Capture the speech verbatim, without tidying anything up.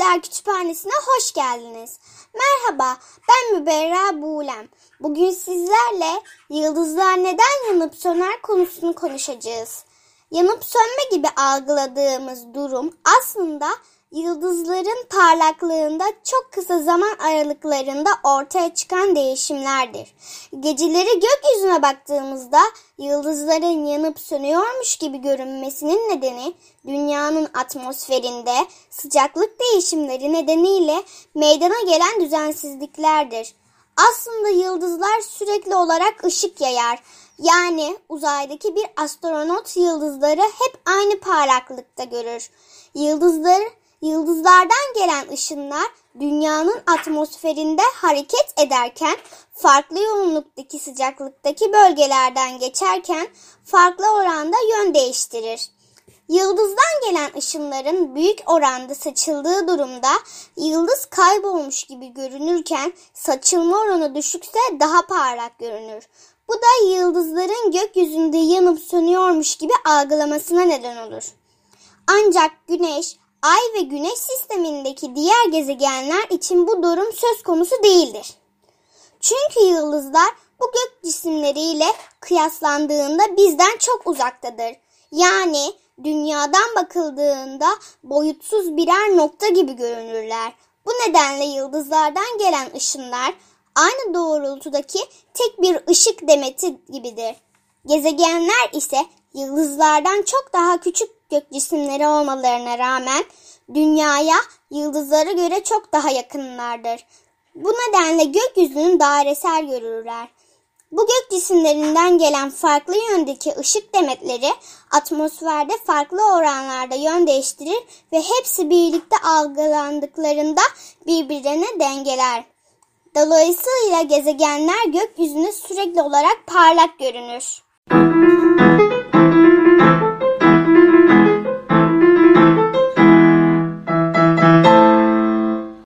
Hayal Kütüphanesi'ne hoş geldiniz. Merhaba, ben Müberra Buğlem. Bugün sizlerle yıldızlar neden yanıp söner konusunu konuşacağız. Yanıp sönme gibi algıladığımız durum aslında yıldızların parlaklığında çok kısa zaman aralıklarında ortaya çıkan değişimlerdir. Geceleri gökyüzüne baktığımızda yıldızların yanıp sönüyormuş gibi görünmesinin nedeni dünyanın atmosferinde sıcaklık değişimleri nedeniyle meydana gelen düzensizliklerdir. Aslında yıldızlar sürekli olarak ışık yayar. Yani uzaydaki bir astronot yıldızları hep aynı parlaklıkta görür. Yıldızlar, yıldızlardan gelen ışınlar dünyanın atmosferinde hareket ederken farklı yoğunluktaki sıcaklıktaki bölgelerden geçerken farklı oranda yön değiştirir. Yıldızdan gelen ışınların büyük oranda saçıldığı durumda yıldız kaybolmuş gibi görünürken saçılma oranı düşükse daha parlak görünür. Bu da yıldızların gökyüzünde yanıp sönüyormuş gibi algılamasına neden olur. Ancak Güneş, Ay ve Güneş sistemindeki diğer gezegenler için bu durum söz konusu değildir. Çünkü yıldızlar bu gök cisimleriyle kıyaslandığında bizden çok uzaktadır. Yani dünyadan bakıldığında boyutsuz birer nokta gibi görünürler. Bu nedenle yıldızlardan gelen ışınlar aynı doğrultudaki tek bir ışık demeti gibidir. Gezegenler ise yıldızlardan çok daha küçük gök cisimleri olmalarına rağmen dünyaya yıldızlara göre çok daha yakınlardır. Bu nedenle gökyüzünün dairesel görürler. Bu gök cisimlerinden gelen farklı yöndeki ışık demetleri atmosferde farklı oranlarda yön değiştirir ve hepsi birlikte algılandıklarında birbirine dengeler. Dolayısıyla gezegenler gökyüzünde sürekli olarak parlak görünür.